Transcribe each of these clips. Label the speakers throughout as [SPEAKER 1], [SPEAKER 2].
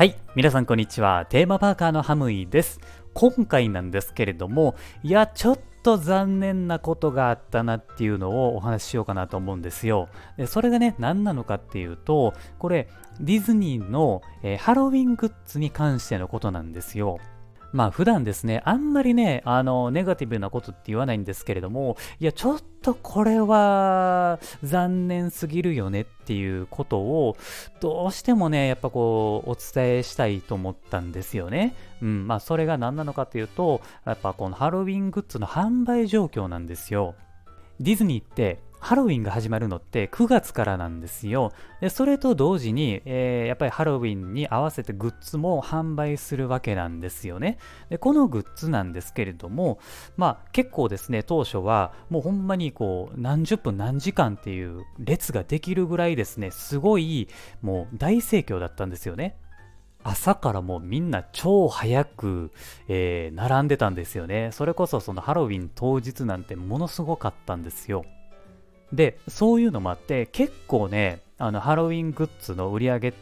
[SPEAKER 1] はい、皆さんこんにちは。テーマパーカーのハムイです。今回なんですけれども、ちょっと残念なことがあったなっていうのをお話ししようかなと思うんですよ。でそれがね、何なのかっていうと、これ、ディズニーの、ハロウィングッズに関してのことなんですよ。普段ですね、あんまりね、ネガティブなことって言わないんですけれども、ちょっとこれは残念すぎるよねっていうことを、どうしてもね、やっぱこう、お伝えしたいと思ったんですよね。それが何なのかというと、やっぱこのハロウィングッズの販売状況なんですよ。ディズニーってハロウィンが始まるのって9月からなんですよ。でそれと同時に、やっぱりハロウィンに合わせてグッズも販売するわけなんですよね。でこのグッズなんですけれども、結構ですね、当初はもうほんまにこう何十分何時間っていう列ができるぐらいですね、すごいもう大盛況だったんですよね。朝からもうみんな超早く、並んでたんですよね。それこそそのハロウィン当日なんてものすごかったんですよ。で、そういうのもあって、結構ね、ハロウィングッズの売り上げって、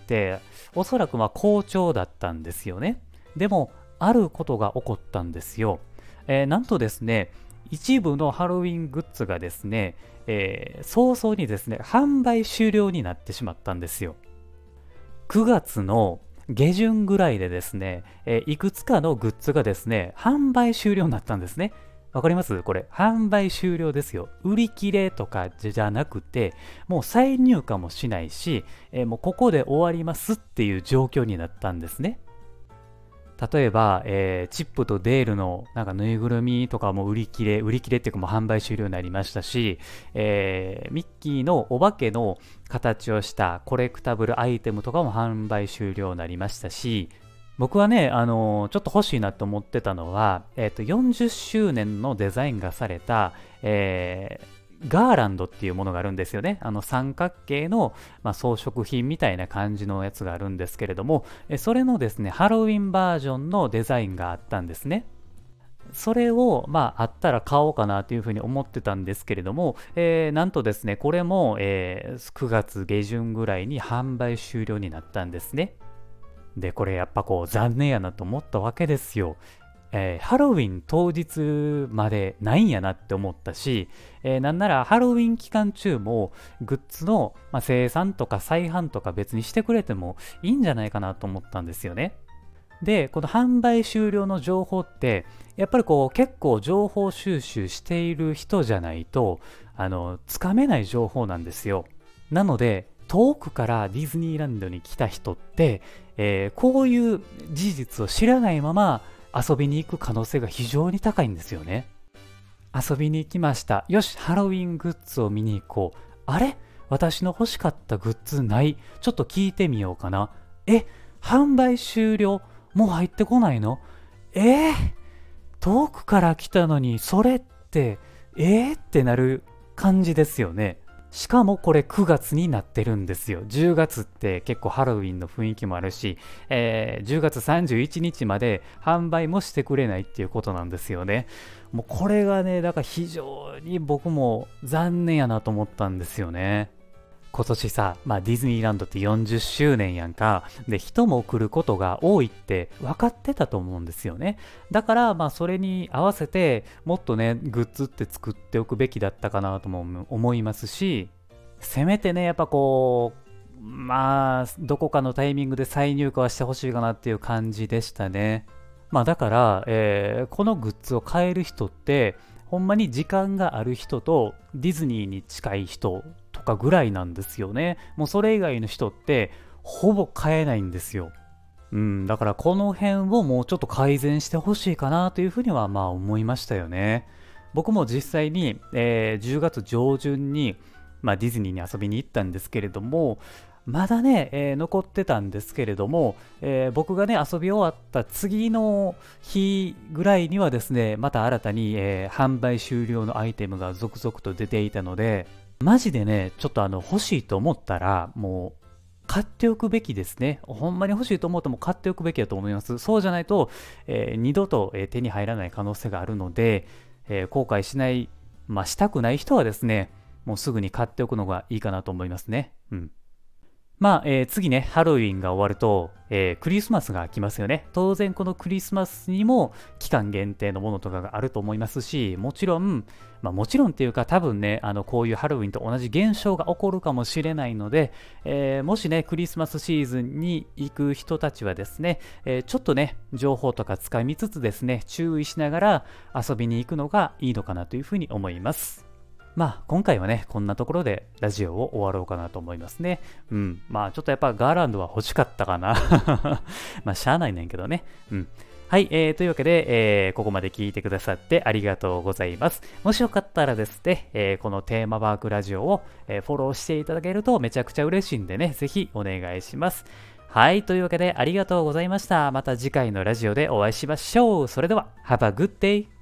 [SPEAKER 1] おそらく好調だったんですよね。でも、あることが起こったんですよ。なんとですね、一部のハロウィングッズがですね、早々にですね、販売終了になってしまったんですよ。9月の下旬ぐらいでですね、いくつかのグッズがですね、販売終了になったんですね。わかります？これ、販売終了ですよ。売り切れとかじゃなくて、もう再入荷もしないし、もうここで終わりますっていう状況になったんですね。例えば、チップとデールのなんかぬいぐるみとかも売り切れっていうかもう販売終了になりましたし、ミッキーのお化けの形をしたコレクタブルアイテムとかも販売終了になりましたし、僕はね、ちょっと欲しいなと思ってたのは、40周年のデザインがされた、ガーランドっていうものがあるんですよね。三角形の、装飾品みたいな感じのやつがあるんですけれども、それのですね、ハロウィンバージョンのデザインがあったんですね。それを、あったら買おうかなというふうに思ってたんですけれども、なんとですね、これも、9月下旬ぐらいに販売終了になったんですね。で、これやっぱこう残念やなと思ったわけですよ。ハロウィン当日までないんやなって思ったし、なんならハロウィン期間中もグッズの、生産とか再販とか別にしてくれてもいいんじゃないかなと思ったんですよね。で、この販売終了の情報って、やっぱりこう結構情報収集している人じゃないと、つかめない情報なんですよ。なので、遠くからディズニーランドに来た人って、こういう事実を知らないまま遊びに行く可能性が非常に高いんですよね。遊びに行きました。よし、ハロウィングッズを見に行こう。あれ、私の欲しかったグッズない。ちょっと聞いてみようかな。販売終了。もう入ってこないの？えー、遠くから来たのに、それって、ってなる感じですよね。しかもこれ9月になってるんですよ。10月って結構ハロウィンの雰囲気もあるし、10月31日まで販売もしてくれないっていうことなんですよね。もうこれがね、だから非常に僕も残念やなと思ったんですよね。今年さ、ディズニーランドって40周年やんか。で、人も来ることが多いって分かってたと思うんですよね。だから、それに合わせて、もっとね、グッズって作っておくべきだったかなとも思いますし、せめてね、やっぱこう、どこかのタイミングで再入荷はしてほしいかなっていう感じでしたね。だから、このグッズを買える人って、ほんまに時間がある人とディズニーに近い人とかぐらいなんですよね。もうそれ以外の人ってほぼ買えないんですよ。だからこの辺をもうちょっと改善してほしいかなというふうには思いましたよね。僕も実際に、10月上旬に、ディズニーに遊びに行ったんですけれども、まだね、残ってたんですけれども、僕がね、遊び終わった次の日ぐらいにはですね、また新たに、販売終了のアイテムが続々と出ていたので、マジでね、ちょっと欲しいと思ったら、もう、買っておくべきですね。ほんまに欲しいと思っても買っておくべきだと思います。そうじゃないと、二度と、手に入らない可能性があるので、後悔しない、したくない人はですね、もうすぐに買っておくのがいいかなと思いますね。 次ね、ハロウィンが終わると、クリスマスが来ますよね。当然このクリスマスにも期間限定のものとかがあると思いますし、もちろん、もちろんっていうか多分ね、こういうハロウィンと同じ現象が起こるかもしれないので、もしね、クリスマスシーズンに行く人たちはですね、ちょっとね、情報とかつかみつつですね、注意しながら遊びに行くのがいいのかなというふうに思います。今回はね、こんなところでラジオを終わろうかなと思いますね。ちょっとやっぱガーランドは欲しかったかな。しゃあないねんけどね。はい、というわけで、ここまで聞いてくださってありがとうございます。もしよかったらですね、このテーマパークラジオを、フォローしていただけるとめちゃくちゃ嬉しいんでね、ぜひお願いします。はい、というわけでありがとうございました。また次回のラジオでお会いしましょう。それでは、Have a good day!